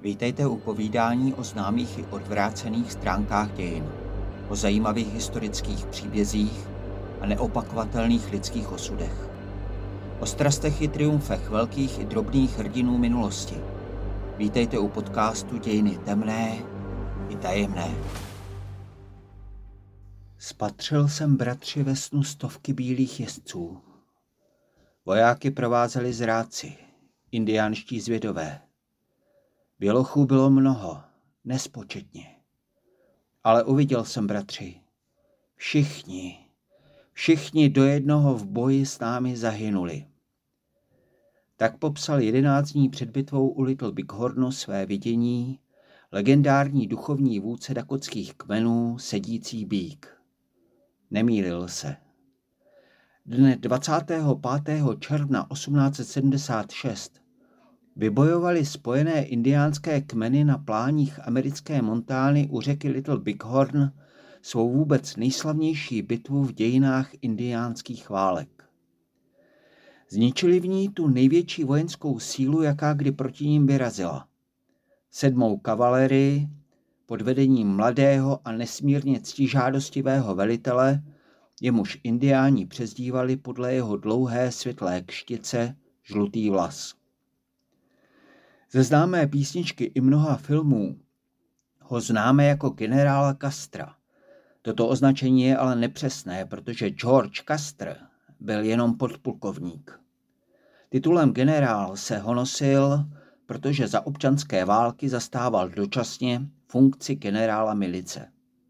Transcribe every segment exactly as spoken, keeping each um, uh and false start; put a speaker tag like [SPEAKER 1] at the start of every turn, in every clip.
[SPEAKER 1] Vítejte u povídání o známých i odvrácených stránkách dějin, o zajímavých historických příbězích a neopakovatelných lidských osudech. O strastech i triumfech velkých i drobných hrdinů minulosti. Vítejte u podcastu Dějiny temné i tajemné. Spatřil jsem, bratři, ve snu stovky bílých jezdců. Vojáky provázeli zrádci, indiánští zvědové. Bělochů bylo mnoho, nespočetně. Ale uviděl jsem, bratři, všichni, všichni do jednoho v boji s námi zahynuli. Tak popsal jedenáct dní před bitvou u Little Bighornu své vidění legendární duchovní vůdce dakotských kmenů Sedící býk. Nemýlil se. Dne dvacátého pátého června osmnáct set sedmdesát šest vybojovali spojené indiánské kmeny na pláních americké Montány u řeky Little Bighorn svou vůbec nejslavnější bitvu v dějinách indiánských válek. Zničili v ní tu největší vojenskou sílu, jaká kdy proti ním vyrazila. Sedmou kavalerii pod vedením mladého a nesmírně ctižádostivého velitele, jemuž indiáni přezdívali podle jeho dlouhé světlé kštice žlutý vlas. Ze známé písničky i mnoha filmů ho známe jako generála Castra. Toto označení je ale nepřesné, protože George Custer byl jenom podplukovník. Titulem generál se honosil, protože za občanské války zastával dočasně funkci generála milice.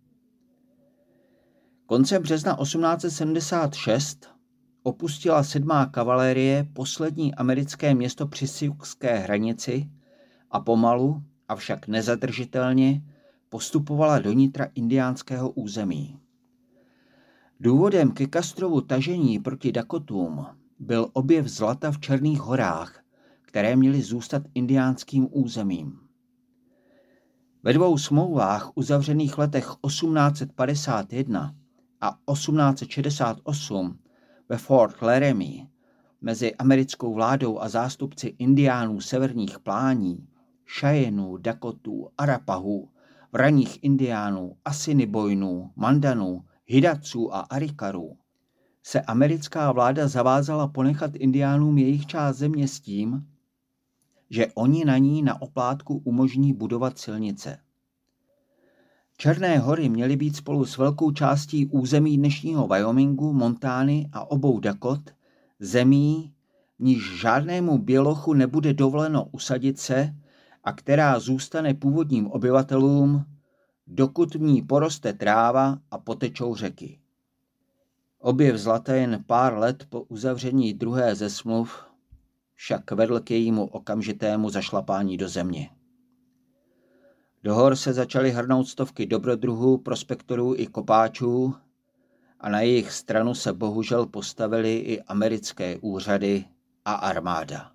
[SPEAKER 1] Koncem března osmnáct set sedmdesát šest opustila sedmá kavalérie poslední americké město při siouxské hranici a pomalu, avšak nezadržitelně, postupovala do nitra indiánského území. Důvodem ke Castrovu tažení proti Dakotům byl objev zlata v Černých horách, které měly zůstat indiánským územím. Ve dvou smlouvách uzavřených letech osmnáct set padesát jedna a osmnáct set šedesát osm ve Fort Laramie mezi americkou vládou a zástupci indiánů severních plání, Cheyenů, Dakotů, Arapahů, vraních indiánů, Assiniboinů, Mandanů, Hidaců a Arikarů, se americká vláda zavázala ponechat indiánům jejich část země s tím, že oni na ní na oplátku umožní budovat silnice. Černé hory měly být spolu s velkou částí území dnešního Wyomingu, Montány a obou Dakot zemí, v níž žádnému bělochu nebude dovoleno usadit se a která zůstane původním obyvatelům, dokud v ní poroste tráva a potečou řeky. Objev zlata jen pár let po uzavření druhé ze smluv však vedl k jejímu okamžitému zašlapání do země. Do hor se začaly hrnout stovky dobrodruhů, prospektorů i kopáčů a na jejich stranu se bohužel postavily i americké úřady a armáda.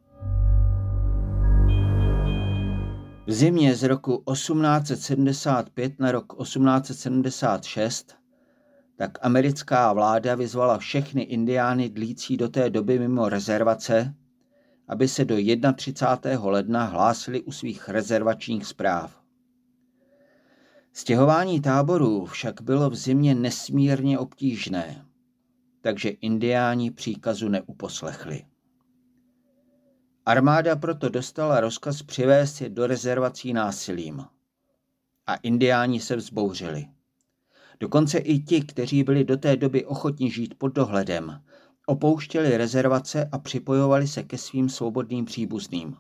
[SPEAKER 1] V zimě z roku osmnáct set sedmdesát pět na rok osmnáct set sedmdesát šest tak americká vláda vyzvala všechny indiány dlící do té doby mimo rezervace, aby se do třicátého prvního ledna hlásili u svých rezervačních správ. Stěhování táborů však bylo v zimě nesmírně obtížné, takže indiáni příkazu neuposlechli. Armáda proto dostala rozkaz přivést je do rezervací násilím. A indiáni se vzbouřili. Dokonce i ti, kteří byli do té doby ochotni žít pod dohledem, opouštěli rezervace a připojovali se ke svým svobodným příbuzným.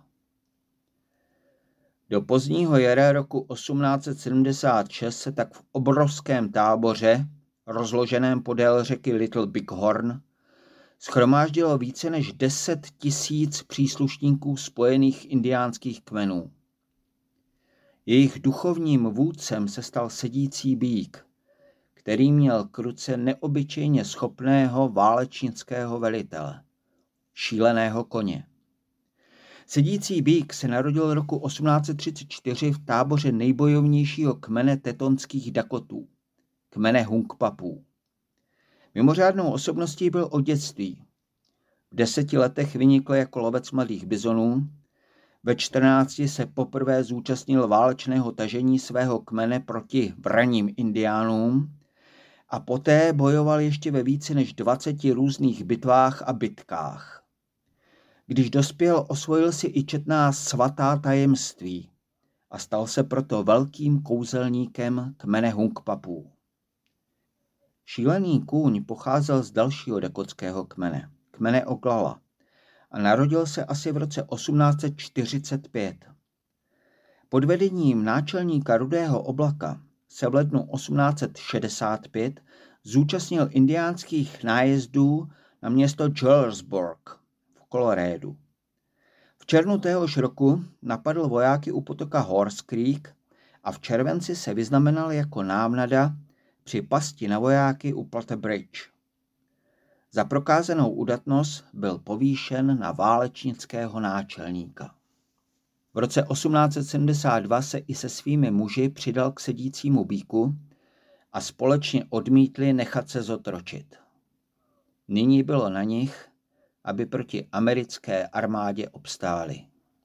[SPEAKER 1] Do pozdního jara roku osmnáct set sedmdesát šest se tak v obrovském táboře, rozloženém podél řeky Little Bighorn, shromáždilo více než deset tisíc příslušníků spojených indiánských kmenů. Jejich duchovním vůdcem se stal Sedící býk, který měl k ruce neobyčejně schopného válečnického velitele, šíleného koně. Sedící býk se narodil roku osmnáct set třicet čtyři v táboře nejbojovnějšího kmene tetonských Dakotů, kmene Hunkpapů. Mimořádnou osobností byl od dětství. V deseti letech vynikl jako lovec mladých bizonů, Ve čtrnácti se poprvé zúčastnil válečného tažení svého kmene proti vraním indiánům a poté bojoval ještě ve více než dvaceti různých bitvách a bitkách. Když dospěl, osvojil si i četná svatá tajemství a stal se proto velkým kouzelníkem kmene Hunkpapů. Šílený kůň pocházel z dalšího dakotského kmene, kmene Oglala, a narodil se asi v roce osmnáct set čtyřicet pět. Pod vedením náčelníka Rudého oblaka se v lednu osmnáct set šedesát pět zúčastnil indiánských nájezdů na město Julesburg v Coloradu. V červnu téhož roku napadl vojáky u potoka Horse Creek a v červenci se vyznamenal jako návnada při pasti na vojáky u Platte Bridge. Za prokázanou udatnost byl povýšen na válečnického náčelníka. V roce osmnáct set sedmdesát dva se i se svými muži přidal k sedícímu býku a společně odmítli nechat se zotročit. Nyní bylo na nich, aby proti americké armádě obstáli.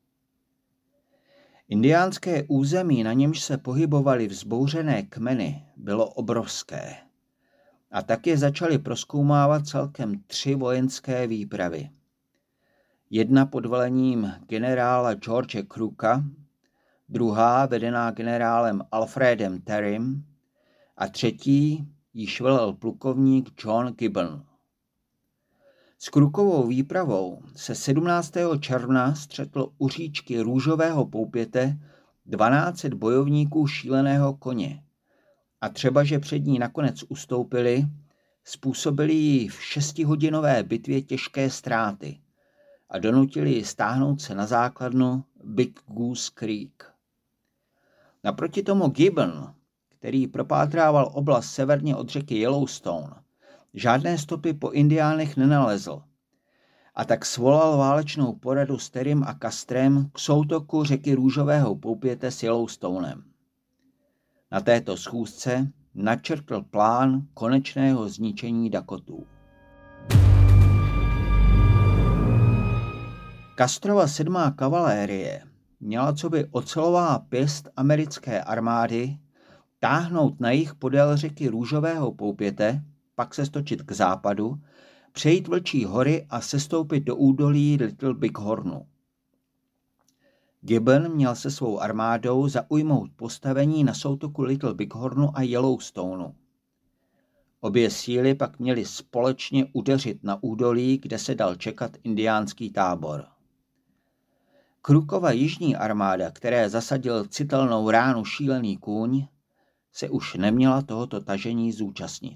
[SPEAKER 1] Indiánské území, na němž se pohybovaly vzbouřené kmeny, bylo obrovské. A tak je začali prozkoumávat celkem tři vojenské výpravy. Jedna pod velením generála George Crooka, druhá vedená generálem Alfredem Terrym a třetí již velel plukovník John Gibbon. S Crookovou výpravou se sedmnáctého června střetlo u říčky Růžového Poupěte dvanáct set bojovníků šíleného koně a třeba, že před ní nakonec ustoupili, způsobili jí v šestihodinové bitvě těžké ztráty a donutili ji stáhnout se na základnu Big Goose Creek. Naproti tomu Gibbon, který propátrával oblast severně od řeky Yellowstone, žádné stopy po indiánech nenalezl a tak svolal válečnou poradu s Terrym a Custerem k soutoku řeky Růžového Poupěte s Yellowstonem. Na této schůzce načrtl plán konečného zničení Dakotů. Custerova sedmá kavalérie měla coby ocelová pěst americké armády táhnout na jih podél řeky Růžového Poupěte, pak se stočit k západu, přejít Vlčí hory a sestoupit do údolí Little Bighornu. Gibbon měl se svou armádou zaujmout postavení na soutoku Little Bighornu a Yellowstoneu. Obě síly pak měly společně udeřit na údolí, kde se dal čekat indiánský tábor. Crookova jižní armáda, které zasadil citelnou ránu šílený kůň, se už neměla tohoto tažení zúčastnit.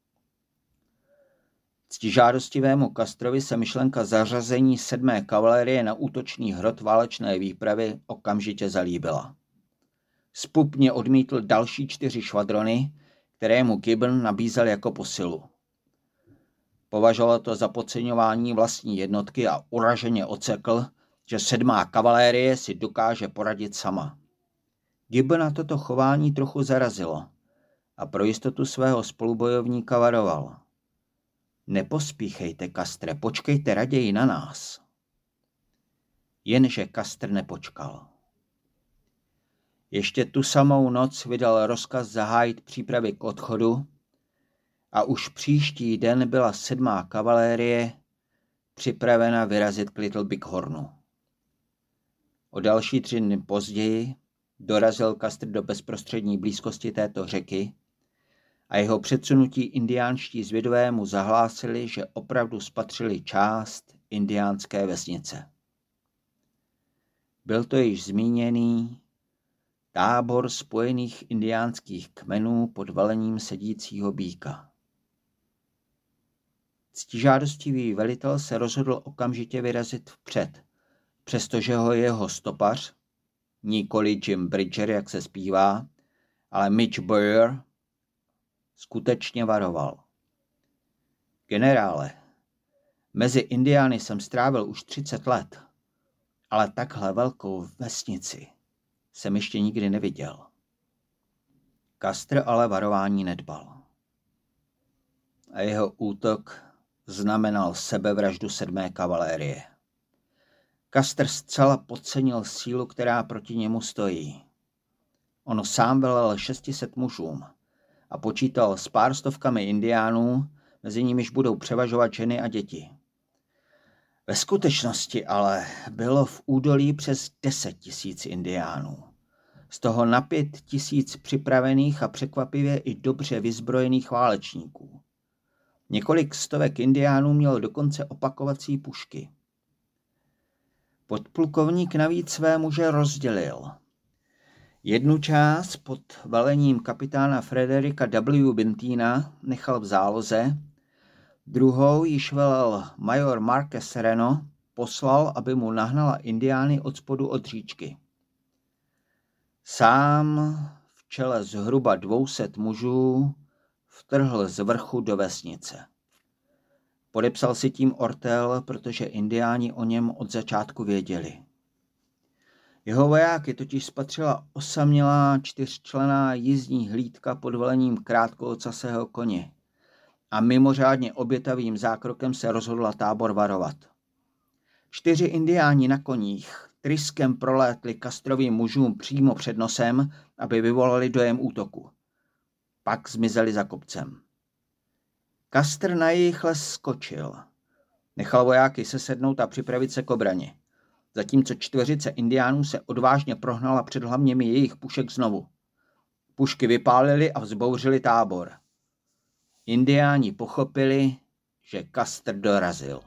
[SPEAKER 1] Ctižádostivému Custerovi se myšlenka zařazení sedmé kavalérie na útočný hrot válečné výpravy okamžitě zalíbila. Zpupně odmítl další čtyři švadrony, které mu Gibbon nabízel jako posilu. Považoval to za podceňování vlastní jednotky a uraženě ocekl, že sedmá kavalérie si dokáže poradit sama. Gibbona toto chování trochu zarazilo a pro jistotu svého spolubojovníka varoval. Nepospíchejte, Castre, počkejte raději na nás. Jenže Custer nepočkal. Ještě tu samou noc vydal rozkaz zahájit přípravy k odchodu a už příští den byla sedmá kavalérie připravena vyrazit k Little Bighornu. O další tři dny později dorazil Custer do bezprostřední blízkosti této řeky a jeho předsunutí indiánští zvědové mu zahlásili, že opravdu spatřili část indiánské vesnice. Byl to již zmíněný tábor spojených indiánských kmenů pod velením sedícího býka. Ctižádostivý velitel se rozhodl okamžitě vyrazit vpřed, přestože ho jeho stopař, nikoli Jim Bridger, jak se zpívá, ale Mitch Boyer, skutečně varoval. Generále, mezi Indiány jsem strávil už třicet let, ale takhle velkou vesnici jsem ještě nikdy neviděl. Custer ale varování nedbal. A jeho útok znamenal sebevraždu sedmé kavalérie. Custer zcela podcenil sílu, která proti němu stojí. On sám velel šesti set mužům a počítal s pár stovkami indiánů, mezi nimiž budou převažovat ženy a děti. Ve skutečnosti ale bylo v údolí přes deset tisíc indiánů. Z toho na pět tisíc připravených a překvapivě i dobře vyzbrojených válečníků. Několik stovek indiánů mělo dokonce opakovací pušky. Podplukovník navíc své muže rozdělil. Jednu část pod velením kapitána Frederika W. Bentina nechal v záloze, druhou již velel major Marquez Reno poslal, aby mu nahnala indiány od spodu od říčky. Sám v čele zhruba dvou set mužů vtrhl z vrchu do vesnice. Podepsal si tím ortel, protože indiáni o něm od začátku věděli. Jeho vojáky totiž spatřila osamělá čtyřčlenná jízdní hlídka pod velením krátkoocasého koně a mimořádně obětavým zákrokem se rozhodla tábor varovat. Čtyři indiáni na koních tryskem prolétli Castrovým mužům přímo před nosem, aby vyvolali dojem útoku. Pak zmizeli za kopcem. Custer na jejich les skočil. Nechal vojáky sesednout a připravit se k obraně, zatímco čtveřice indiánů se odvážně prohnala před hlavněmi jejich pušek znovu. Pušky vypálili a vzbouřili tábor. Indiáni pochopili, že Custer dorazil.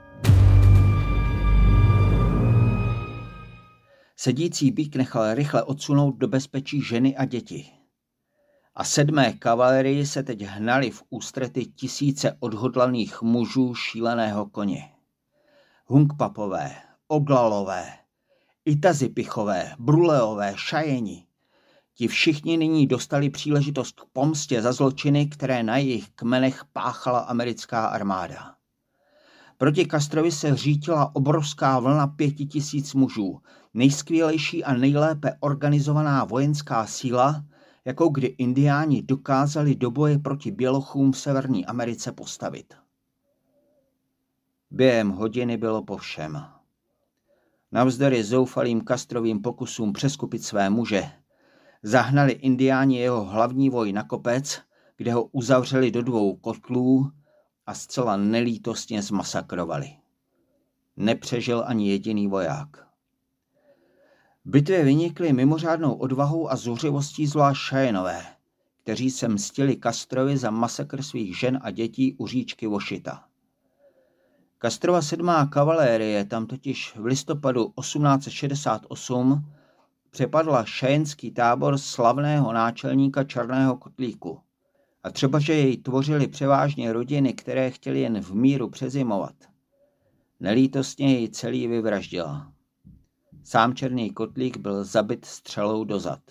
[SPEAKER 1] Sedící býk nechal rychle odsunout do bezpečí ženy a děti. A sedmé kavalerii se teď hnali v ústrety tisíce odhodlaných mužů šíleného koně. Hungpapové, Oglalové, Itazipichové, Bruleové, Šajeni. Ti všichni nyní dostali příležitost k pomstě za zločiny, které na jejich kmenech páchala americká armáda. Proti Castrovi se řítila obrovská vlna pěti tisíc mužů, nejskvělejší a nejlépe organizovaná vojenská síla, jakou kdy indiáni dokázali do boje proti bělochům v Severní Americe postavit. Během hodiny bylo po všem. Navzdory zoufalým Castrovým pokusům přeskupit své muže, zahnali indiáni jeho hlavní voj na kopec, kde ho uzavřeli do dvou kotlů a zcela nelítostně zmasakrovali. Nepřežil ani jediný voják. V bitvě vynikli mimořádnou odvahou a zuřivostí zvlášť Šajenové, kteří se mstili Castrovi za masakr svých žen a dětí u říčky Washita. Castrova sedmá kavalérie tam totiž v listopadu osmnáct set šedesát osm přepadla šajenský tábor slavného náčelníka Černého kotlíku. A třeba, že jej tvořily převážně rodiny, které chtěly jen v míru přezimovat, nelítostně jej celý vyvraždila. Sám Černý kotlík byl zabit střelou do zad.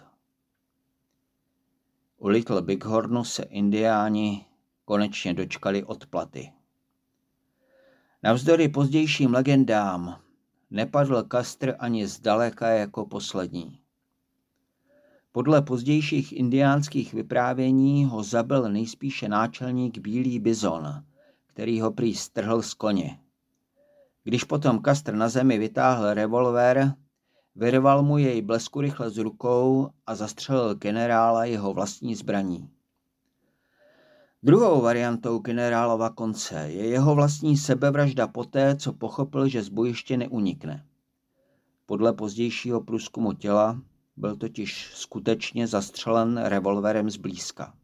[SPEAKER 1] U Little Bighornu se indiáni konečně dočkali odplaty. Navzdory pozdějším legendám nepadl Custer ani zdaleka jako poslední. Podle pozdějších indiánských vyprávění ho zabil nejspíše náčelník Bílý bizon, který ho prý strhl z koně. Když potom Custer na zemi vytáhl revolver, vyrval mu jej bleskurychle z rukou a zastřelil generála jeho vlastní zbraní. Druhou variantou generálova konce je jeho vlastní sebevražda poté, co pochopil, že z bojiště neunikne. Podle pozdějšího průzkumu těla byl totiž skutečně zastřelen revolverem zblízka.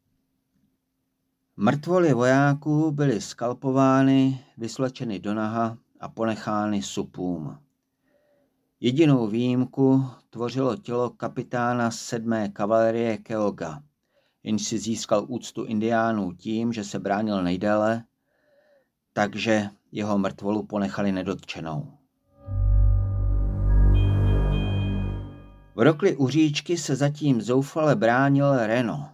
[SPEAKER 1] Mrtvoly vojáků byly skalpovány, vyslečeny do naha a ponechány supům. Jedinou výjimku tvořilo tělo kapitána sedmé kavalerie Keoga, jenž si získal úctu indiánů tím, že se bránil nejdéle, takže jeho mrtvolu ponechali nedotčenou. V rokli u říčky se zatím zoufale bránil Reno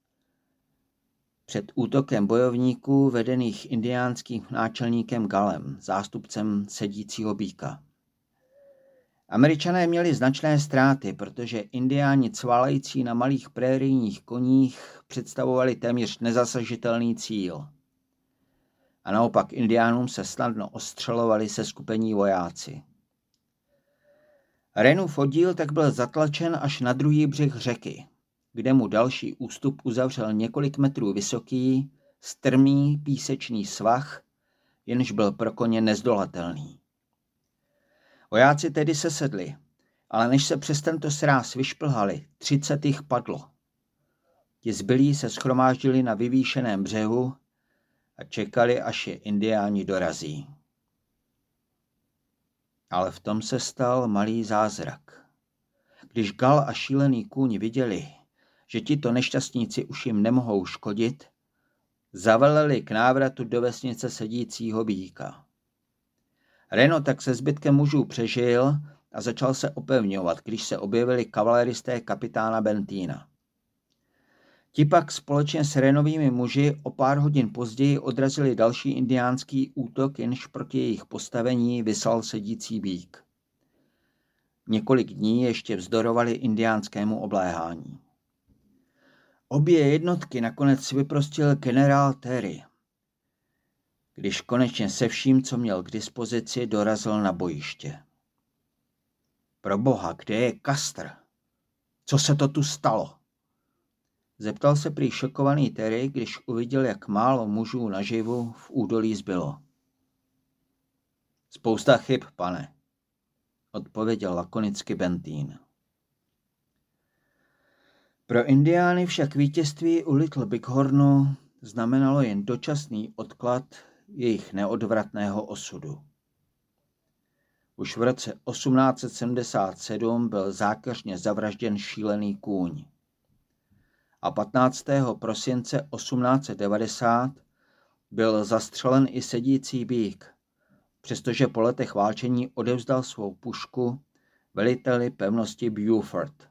[SPEAKER 1] před útokem bojovníků vedených indiánským náčelníkem Galem, zástupcem sedícího býka. Američané měli značné ztráty, protože indiáni cválející na malých prérijních koních představovali téměř nezasažitelný cíl. A naopak indiánům se snadno ostřelovali se skupení vojáci. Renův oddíl tak byl zatlačen až na druhý břeh řeky, kde mu další ústup uzavřel několik metrů vysoký, strmý písečný svah, jenž byl pro koně nezdolatelný. Vojáci tedy sesedli, ale než se přes tento sráz vyšplhali, třicet jich padlo. Ti zbylí se shromáždili na vyvýšeném břehu a čekali, až je indiáni dorazí. Ale v tom se stal malý zázrak. Když Gal a šílený kůň viděli, že tito nešťastníci už jim nemohou škodit, zaveleli k návratu do vesnice sedícího býka. Reno tak se zbytkem mužů přežil a začal se opevňovat, když se objevili kavaleristé kapitána Bentína. Ti pak společně s Renovými muži o pár hodin později odrazili další indiánský útok, jenž proti jejich postavení vyslal sedící býk. Několik dní ještě vzdorovali indiánskému obléhání. Obě jednotky nakonec vyprostil generál Terry, když konečně se vším, co měl k dispozici, dorazil na bojiště. Proboha, kde je Custer? Co se to tu stalo? Zeptal se prý šokovaný Terry, když uviděl, jak málo mužů naživu v údolí zbylo. Spousta chyb, pane, odpověděl lakonicky Bentín. Pro indiány však vítězství u Little Bighornu znamenalo jen dočasný odklad jejich neodvratného osudu. Už v roce osmnáct set sedmdesát sedm byl zákeřně zavražděn šílený kůň. A patnáctého prosince osmnáct set devadesát byl zastřelen i sedící býk, přestože po letech válčení odevzdal svou pušku veliteli pevnosti Beaufort.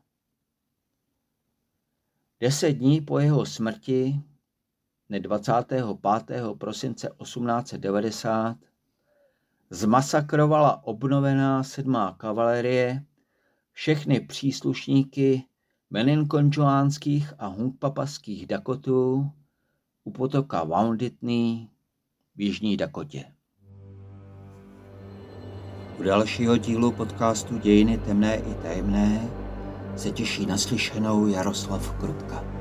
[SPEAKER 1] Deset dní po jeho smrti, dne dvacátého pátého prosince osmnáct set devadesát, zmasakrovala obnovená sedmá kavalerie všechny příslušníky meninkončuánských a hunkpapaských Dakotů u potoka Wounded Knee v jižní Dakotě. U dalšího dílu podcastu Dějiny temné i tajemné se těší naslyšenou Jaroslav Krutka.